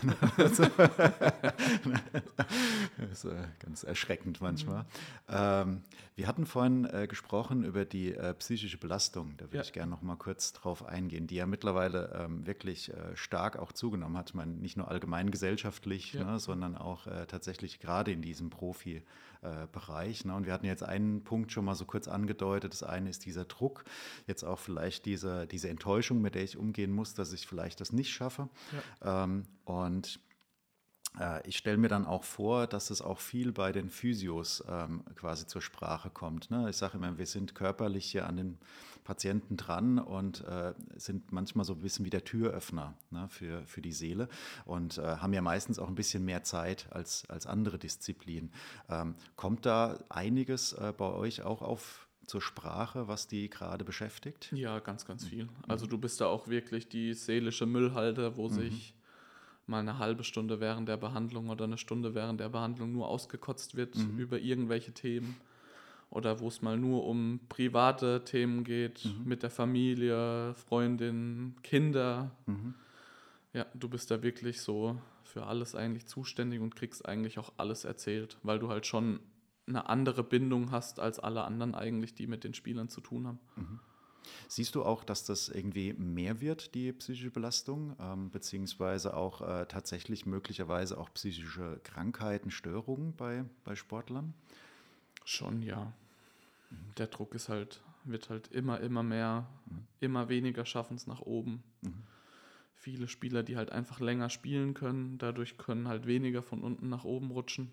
Das ist ganz erschreckend manchmal. Wir hatten vorhin gesprochen über die psychische Belastung. Da würde Ja. ich gerne noch mal kurz drauf eingehen, die ja mittlerweile wirklich stark auch zugenommen hat. Ich meine, nicht nur allgemein gesellschaftlich, Ja. ne, sondern auch tatsächlich gerade in diesem Profibereich. Ne? Und wir hatten jetzt einen Punkt schon mal so kurz angedeutet. Das eine ist dieser Druck, jetzt auch vielleicht diese Enttäuschung, mit der ich umgehen muss, dass ich vielleicht das nicht schaffe. Und ich stelle mir dann auch vor, dass es auch viel bei den Physios quasi zur Sprache kommt. Ne? Ich sage immer, wir sind körperlich hier an den Patienten dran und sind manchmal so ein bisschen wie der Türöffner, ne, für die Seele und haben ja meistens auch ein bisschen mehr Zeit als andere Disziplinen. Kommt da einiges bei euch auch zur Sprache, was die gerade beschäftigt? Ja, ganz, ganz viel. Also du bist da auch wirklich die seelische Müllhalde, wo sich mal eine halbe Stunde während der Behandlung oder eine Stunde während der Behandlung nur ausgekotzt wird über irgendwelche Themen oder wo es mal nur um private Themen geht, mit der Familie, Freundin, Kinder. Ja, du bist da wirklich so für alles eigentlich zuständig und kriegst eigentlich auch alles erzählt, weil du halt schon eine andere Bindung hast als alle anderen eigentlich, die mit den Spielern zu tun haben. Siehst du auch, dass das irgendwie mehr wird, die psychische Belastung, beziehungsweise auch tatsächlich möglicherweise auch psychische Krankheiten, Störungen bei Sportlern? Schon, ja. Der Druck wird halt immer mehr, immer weniger schaffen es nach oben. Viele Spieler, die halt einfach länger spielen können, dadurch können halt weniger von unten nach oben rutschen.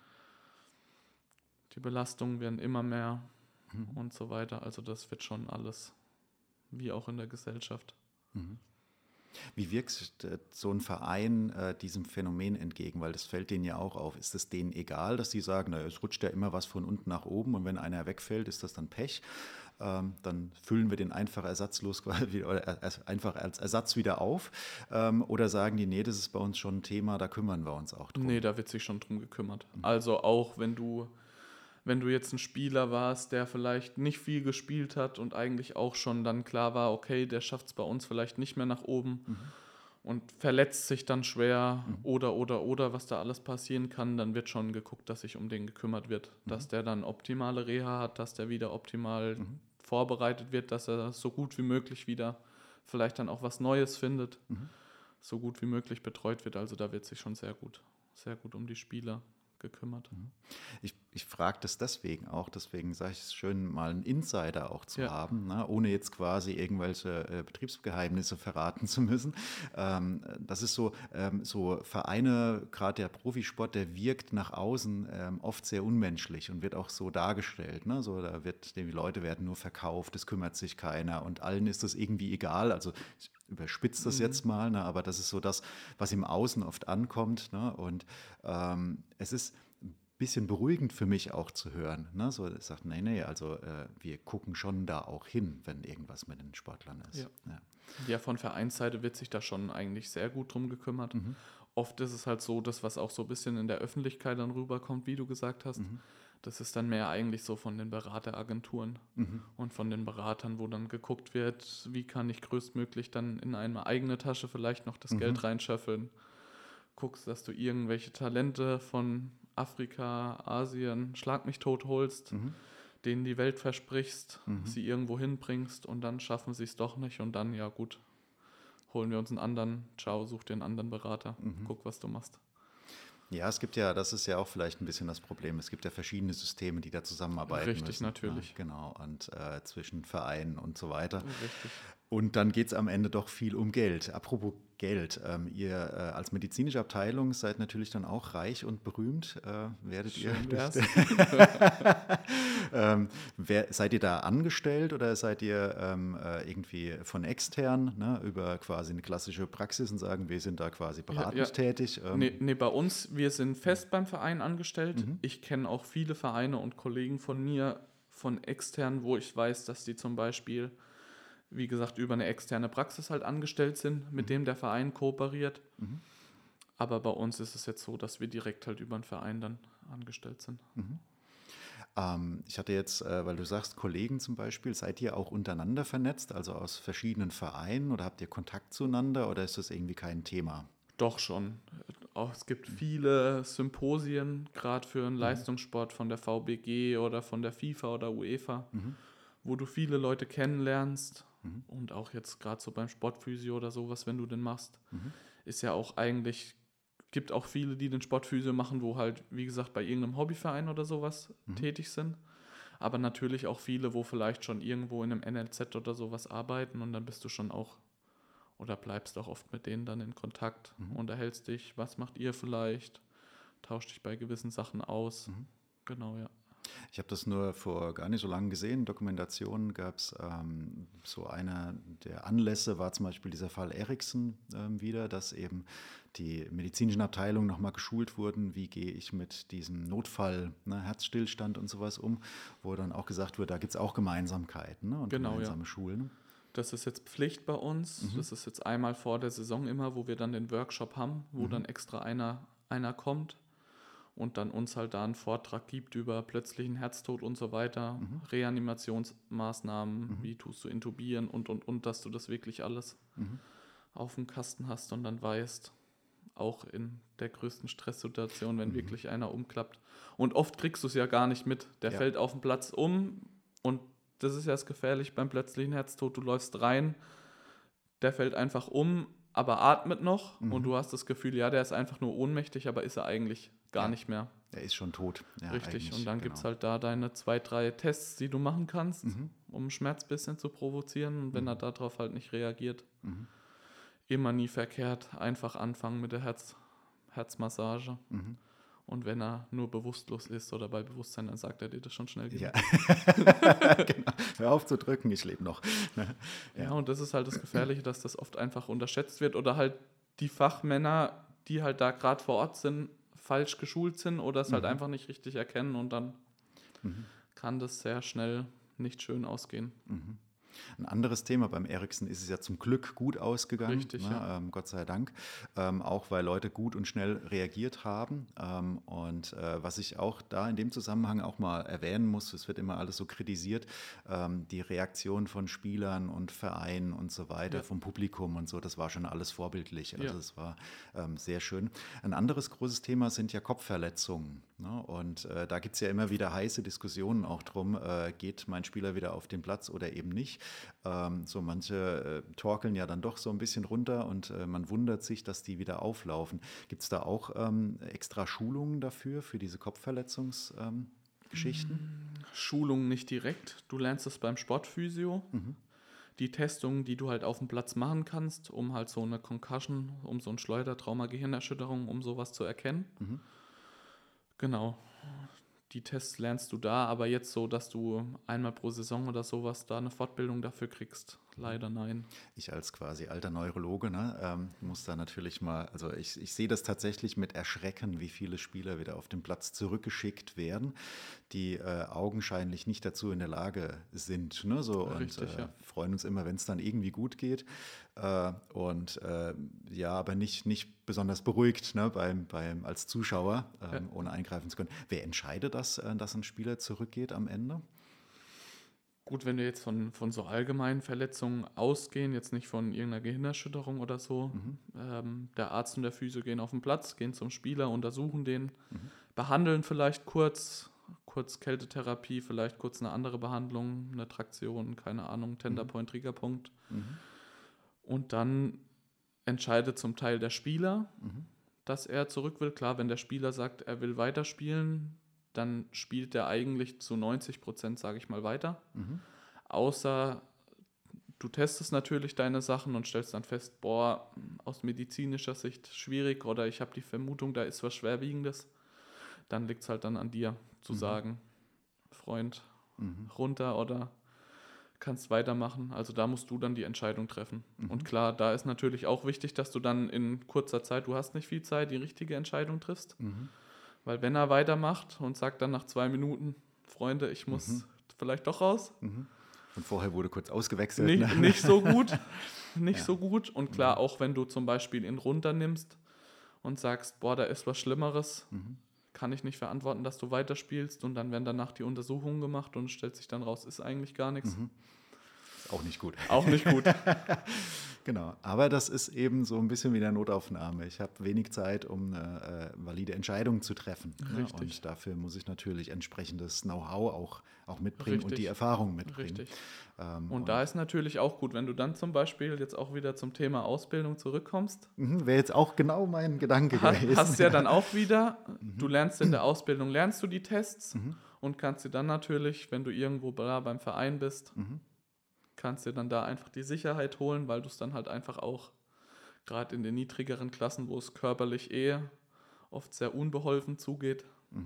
Die Belastungen werden immer mehr und so weiter. Also das wird schon alles, wie auch in der Gesellschaft. Wie wirkt so ein Verein diesem Phänomen entgegen? Weil das fällt denen ja auch auf. Ist es denen egal, dass die sagen, naja, es rutscht ja immer was von unten nach oben und wenn einer wegfällt, ist das dann Pech? Dann füllen wir den einfach ersatzlos oder einfach als Ersatz wieder auf. Oder sagen die, nee, das ist bei uns schon ein Thema, da kümmern wir uns auch drum. Nee, da wird sich schon drum gekümmert. Also auch wenn du jetzt ein Spieler warst, der vielleicht nicht viel gespielt hat und eigentlich auch schon dann klar war, okay, der schafft es bei uns vielleicht nicht mehr nach oben und verletzt sich dann schwer oder, was da alles passieren kann, dann wird schon geguckt, dass sich um den gekümmert wird, dass der dann optimale Reha hat, dass der wieder optimal vorbereitet wird, dass er so gut wie möglich wieder vielleicht dann auch was Neues findet, so gut wie möglich betreut wird. Also da wird sich schon sehr gut um die Spieler gekümmert. Ich frage das deswegen sage ich es schön, mal einen Insider auch zu Ja. haben, ne, ohne jetzt quasi irgendwelche Betriebsgeheimnisse verraten zu müssen. Das ist so Vereine, gerade der Profisport, der wirkt nach außen oft sehr unmenschlich und wird auch so dargestellt. Ne? So, die Leute werden nur verkauft, es kümmert sich keiner und allen ist das irgendwie egal. Also ich überspitze das jetzt mal, ne, aber das ist so das, was im Außen oft ankommt. Ne? Und es ist bisschen beruhigend für mich auch zu hören. Ne? So, ich sage, nee, also wir gucken schon da auch hin, wenn irgendwas mit den Sportlern ist. Ja, von Vereinsseite wird sich da schon eigentlich sehr gut drum gekümmert. Oft ist es halt so, dass was auch so ein bisschen in der Öffentlichkeit dann rüberkommt, wie du gesagt hast, das ist dann mehr eigentlich so von den Berateragenturen und von den Beratern, wo dann geguckt wird, wie kann ich größtmöglich dann in eine eigene Tasche vielleicht noch das Geld reinschöffeln. Guckst, dass du irgendwelche Talente von Afrika, Asien, schlag mich tot holst, denen die Welt versprichst, sie irgendwo hinbringst und dann schaffen sie es doch nicht und dann, ja gut, holen wir uns einen anderen, ciao, such dir einen anderen Berater, guck, was du machst. Ja, es gibt ja, das ist ja auch vielleicht ein bisschen das Problem, es gibt ja verschiedene Systeme, die da zusammenarbeiten Richtig, müssen. natürlich. Ja, genau, und zwischen Vereinen und so weiter. Richtig. Und dann geht es am Ende doch viel um Geld. Apropos Geld, ihr als medizinische Abteilung seid natürlich dann auch reich und berühmt. Werdet ihr? Schön wär's. Seid ihr da angestellt oder seid ihr irgendwie von extern, ne, über quasi eine klassische Praxis und sagen, wir sind da quasi beratend tätig? Nee, bei uns, wir sind fest beim Verein angestellt. Ich kenne auch viele Vereine und Kollegen von mir, von extern, wo ich weiß, dass die zum Beispiel, wie gesagt, über eine externe Praxis halt angestellt sind, mit dem der Verein kooperiert. Aber bei uns ist es jetzt so, dass wir direkt halt über einen Verein dann angestellt sind. Ich hatte jetzt, weil du sagst, Kollegen zum Beispiel, seid ihr auch untereinander vernetzt, also aus verschiedenen Vereinen oder habt ihr Kontakt zueinander oder ist das irgendwie kein Thema? Doch schon. Auch es gibt viele Symposien, gerade für den Leistungssport von der VBG oder von der FIFA oder UEFA, wo du viele Leute kennenlernst. Und auch jetzt gerade so beim Sportphysio oder sowas, wenn du den machst, ist ja auch eigentlich, gibt auch viele, die den Sportphysio machen, wo halt, wie gesagt, bei irgendeinem Hobbyverein oder sowas tätig sind. Aber natürlich auch viele, wo vielleicht schon irgendwo in einem NLZ oder sowas arbeiten und dann bist du schon auch oder bleibst auch oft mit denen dann in Kontakt, unterhältst dich, was macht ihr vielleicht, tauscht dich bei gewissen Sachen aus. Genau, ja. Ich habe das nur vor gar nicht so lange gesehen. Dokumentationen gab es, so einer der Anlässe war zum Beispiel dieser Fall Eriksen wieder, dass eben die medizinischen Abteilungen nochmal geschult wurden, wie gehe ich mit diesem Notfall, ne, Herzstillstand und sowas um, wo dann auch gesagt wird, da gibt es auch Gemeinsamkeiten, ne, und Genau, gemeinsame ja. Schulen. Das ist jetzt Pflicht bei uns. Das ist jetzt einmal vor der Saison immer, wo wir dann den Workshop haben, wo dann extra einer kommt und dann uns halt da einen Vortrag gibt über plötzlichen Herztod und so weiter, Reanimationsmaßnahmen, wie tust du intubieren und, dass du das wirklich alles auf dem Kasten hast und dann weißt, auch in der größten Stresssituation, wenn wirklich einer umklappt. Und oft kriegst du es ja gar nicht mit. Der fällt auf den Platz um und das ist ja das Gefährliche beim plötzlichen Herztod. Du läufst rein, der fällt einfach um, aber atmet noch und du hast das Gefühl, ja, der ist einfach nur ohnmächtig, aber ist er eigentlich gar nicht mehr. Er ist schon tot. Ja, richtig, und dann gibt es halt da deine 2, 3 Tests, die du machen kannst, um Schmerz ein bisschen zu provozieren. Und wenn er darauf halt nicht reagiert, immer nie verkehrt, einfach anfangen mit der Herzmassage. Und wenn er nur bewusstlos ist oder bei Bewusstsein, dann sagt er dir das schon schnell genug. Ja. Genau. Hör auf zu drücken, ich lebe noch. Ja, und das ist halt das Gefährliche, dass das oft einfach unterschätzt wird oder halt die Fachmänner, die halt da gerade vor Ort sind, falsch geschult sind oder es halt einfach nicht richtig erkennen und dann kann das sehr schnell nicht schön ausgehen. Ein anderes Thema, beim Eriksen ist es ja zum Glück gut ausgegangen, Richtig, ne? ja. Gott sei Dank, auch weil Leute gut und schnell reagiert haben. Und was ich auch da in dem Zusammenhang auch mal erwähnen muss, es wird immer alles so kritisiert, die Reaktion von Spielern und Vereinen und so weiter, vom Publikum und so, das war schon alles vorbildlich. Also es war sehr schön. Ein anderes großes Thema sind ja Kopfverletzungen, ne? Und da gibt es ja immer wieder heiße Diskussionen auch drum, geht mein Spieler wieder auf den Platz oder eben nicht. So manche torkeln ja dann doch so ein bisschen runter und man wundert sich, dass die wieder auflaufen. Gibt es da auch extra Schulungen dafür, für diese Kopfverletzungsgeschichten? Schulungen nicht direkt. Du lernst es beim Sportphysio. Die Testungen, die du halt auf dem Platz machen kannst, um halt so eine Concussion, um so ein Schleudertrauma, Gehirnerschütterung, um sowas zu erkennen. Genau. Die Tests lernst du da, aber jetzt so, dass du einmal pro Saison oder sowas da eine Fortbildung dafür kriegst. Leider nein. Ich als quasi alter Neurologe, ne, muss da natürlich mal, also ich sehe das tatsächlich mit Erschrecken, wie viele Spieler wieder auf den Platz zurückgeschickt werden, die augenscheinlich nicht dazu in der Lage sind. Ne, so, Richtig, und ja. freuen uns immer, wenn es dann irgendwie gut geht. Ja, aber nicht besonders beruhigt, ne, als Zuschauer, ohne eingreifen zu können. Wer entscheidet das, dass ein Spieler zurückgeht am Ende? Gut, wenn wir jetzt von so allgemeinen Verletzungen ausgehen, jetzt nicht von irgendeiner Gehirnerschütterung oder so, der Arzt und der Physio gehen auf den Platz, gehen zum Spieler, untersuchen den. behandeln vielleicht kurz Kältetherapie, vielleicht kurz eine andere Behandlung, eine Traktion, keine Ahnung, Tenderpoint, Triggerpunkt. Und dann entscheidet zum Teil der Spieler, dass er zurück will. Klar, wenn der Spieler sagt, er will weiterspielen, dann spielt er eigentlich zu 90%, sage ich mal, weiter. Außer du testest natürlich deine Sachen und stellst dann fest, boah, aus medizinischer Sicht schwierig oder ich habe die Vermutung, da ist was Schwerwiegendes. Dann liegt es halt dann an dir zu sagen, Freund, runter oder kannst weitermachen. Also da musst du dann die Entscheidung treffen. Und klar, da ist natürlich auch wichtig, dass du dann in kurzer Zeit, du hast nicht viel Zeit, die richtige Entscheidung triffst. Weil wenn er weitermacht und sagt dann nach 2 Minuten, Freunde, ich muss vielleicht doch raus. Und vorher wurde kurz ausgewechselt. Nicht so gut. So gut. Und klar, auch wenn du zum Beispiel ihn runternimmst und sagst, boah, da ist was Schlimmeres, kann ich nicht verantworten, dass du weiterspielst. Und dann werden danach die Untersuchungen gemacht und es stellt sich dann raus, ist eigentlich gar nichts. Ist auch nicht gut. Auch nicht gut. Genau, aber das ist eben so ein bisschen wie eine Notaufnahme. Ich habe wenig Zeit, um eine valide Entscheidung zu treffen. Richtig. Ne? Und dafür muss ich natürlich entsprechendes Know-how auch mitbringen und die Erfahrung mitbringen. Richtig. Und da ist natürlich auch gut, wenn du dann zum Beispiel jetzt auch wieder zum Thema Ausbildung zurückkommst. Wäre jetzt auch genau mein Gedanke gewesen. Hast ja dann auch wieder, du lernst in der Ausbildung, lernst du die Tests und kannst dir dann natürlich, wenn du irgendwo beim Verein bist, kannst dir dann da einfach die Sicherheit holen, weil du es dann halt einfach auch, gerade in den niedrigeren Klassen, wo es körperlich oft sehr unbeholfen zugeht,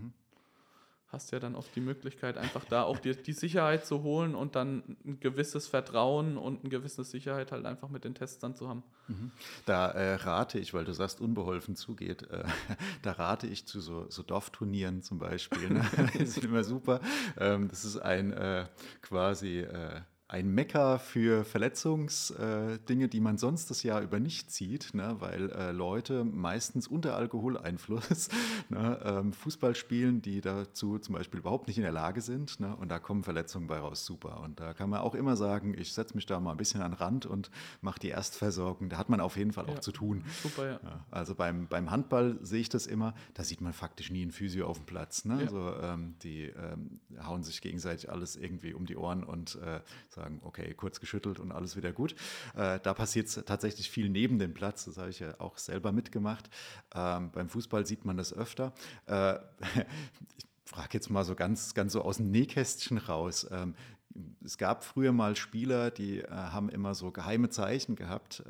hast ja dann oft die Möglichkeit, einfach da auch dir die Sicherheit zu holen und dann ein gewisses Vertrauen und eine gewisse Sicherheit halt einfach mit den Tests dann zu haben. Da rate ich, weil du sagst, unbeholfen zugeht, da rate ich zu so Dorfturnieren zum Beispiel. Ne? Das ist immer super. Das ist quasi ein Mekka für Verletzungsdinge, die man sonst das Jahr über nicht sieht, ne? Weil Leute meistens unter Alkoholeinfluss Fußball spielen, die dazu zum Beispiel überhaupt nicht in der Lage sind, ne? Und da kommen Verletzungen bei raus, super. Und da kann man auch immer sagen, ich setze mich da mal ein bisschen an den Rand und mache die Erstversorgung. Da hat man auf jeden Fall auch zu tun. Super, ja. Ja, also beim Handball sehe ich das immer, da sieht man faktisch nie einen Physio auf dem Platz. Ne? Ja. Also, die hauen sich gegenseitig alles irgendwie um die Ohren und sagen, okay, kurz geschüttelt und alles wieder gut. Da passiert es tatsächlich viel neben dem Platz, das habe ich ja auch selber mitgemacht. Beim Fußball sieht man das öfter. Ich frage jetzt mal so ganz so aus dem Nähkästchen raus. Es gab früher mal Spieler, die haben immer so geheime Zeichen gehabt,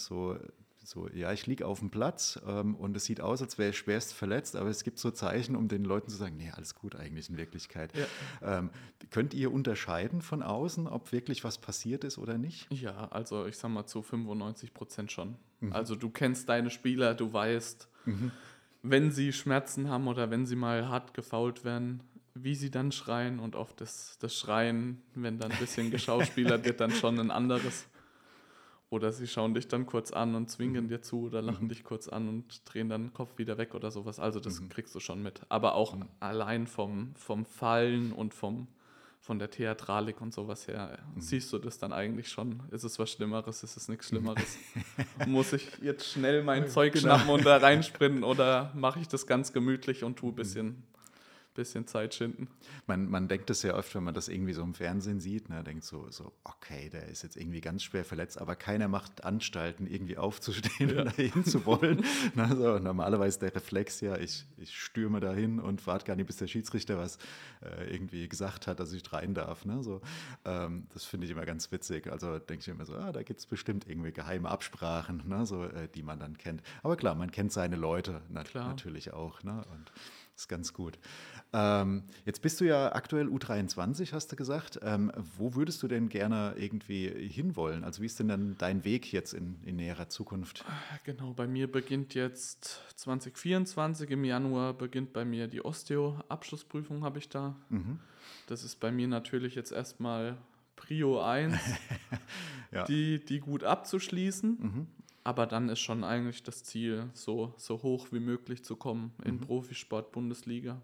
ja, ich liege auf dem Platz und es sieht aus, als wäre ich schwerst verletzt, aber es gibt so Zeichen, um den Leuten zu sagen, nee, alles gut eigentlich in Wirklichkeit. Ja. Könnt ihr unterscheiden von außen, ob wirklich was passiert ist oder nicht? Ja, also ich sag mal zu 95% schon. Also du kennst deine Spieler, du weißt, wenn sie Schmerzen haben oder wenn sie mal hart gefoult werden, wie sie dann schreien und oft das Schreien, wenn dann ein bisschen geschauspielert wird, dann schon ein anderes. Oder sie schauen dich dann kurz an und zwingen dir zu oder lachen dich kurz an und drehen dann den Kopf wieder weg oder sowas. Also das kriegst du schon mit. Aber auch allein vom Fallen und von der Theatralik und sowas her siehst du das dann eigentlich schon. Ist es was Schlimmeres? Ist es nichts Schlimmeres? Muss ich jetzt schnell mein Zeug schnappen und da reinsprinten oder mache ich das ganz gemütlich und tue ein bisschen Zeit schinden. Man denkt es ja oft, wenn man das irgendwie so im Fernsehen sieht, ne, denkt so, okay, der ist jetzt irgendwie ganz schwer verletzt, aber keiner macht Anstalten, irgendwie aufzustehen und dahin zu wollen. Na, so, normalerweise der Reflex, ja, ich stürme dahin und warte gar nicht, bis der Schiedsrichter was irgendwie gesagt hat, dass ich rein darf. Ne, so, das finde ich immer ganz witzig. Also denke ich immer so, da gibt es bestimmt irgendwie geheime Absprachen, ne, so, die man dann kennt. Aber klar, man kennt seine Leute natürlich auch. Ne, und das ist ganz gut. Jetzt bist du ja aktuell U23, hast du gesagt. Wo würdest du denn gerne irgendwie hinwollen? Also wie ist denn dann dein Weg jetzt in näherer Zukunft? Genau, bei mir beginnt jetzt 2024, im Januar beginnt bei mir die Osteo-Abschlussprüfung, habe ich da. Das ist bei mir natürlich jetzt erstmal Prio 1, ja. die gut abzuschließen. Aber dann ist schon eigentlich das Ziel, so hoch wie möglich zu kommen in Profisport-Bundesliga.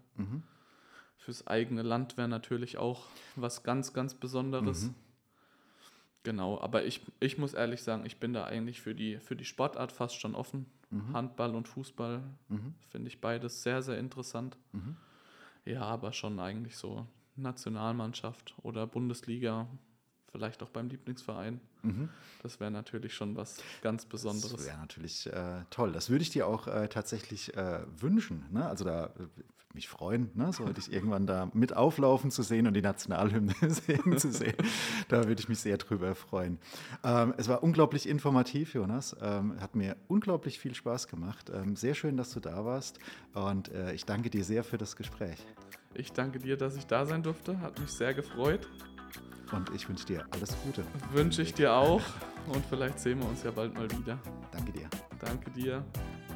Fürs eigene Land wäre natürlich auch was ganz, ganz Besonderes. Genau, aber ich muss ehrlich sagen, ich bin da eigentlich für die Sportart fast schon offen. Handball und Fußball finde ich beides sehr, sehr interessant. Ja, aber schon eigentlich so Nationalmannschaft oder Bundesliga, vielleicht auch beim Lieblingsverein. Das wäre natürlich schon was ganz Besonderes. Das wäre natürlich toll. Das würde ich dir auch tatsächlich wünschen. Ne? Also da würde mich freuen, ne? So dich irgendwann da mit auflaufen zu sehen und die Nationalhymne singen zu sehen. Da würde ich mich sehr drüber freuen. Es war unglaublich informativ, Jonas. Hat mir unglaublich viel Spaß gemacht. Sehr schön, dass du da warst und ich danke dir sehr für das Gespräch. Ich danke dir, dass ich da sein durfte. Hat mich sehr gefreut. Und ich wünsche dir alles Gute. Wünsche ich dir auch. Und vielleicht sehen wir uns ja bald mal wieder. Danke dir. Danke dir.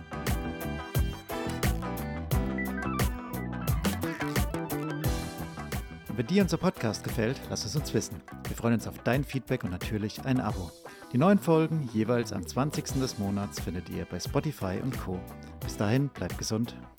Wenn dir unser Podcast gefällt, lass es uns wissen. Wir freuen uns auf dein Feedback und natürlich ein Abo. Die neuen Folgen jeweils am 20. des Monats findet ihr bei Spotify und Co. Bis dahin, bleibt gesund.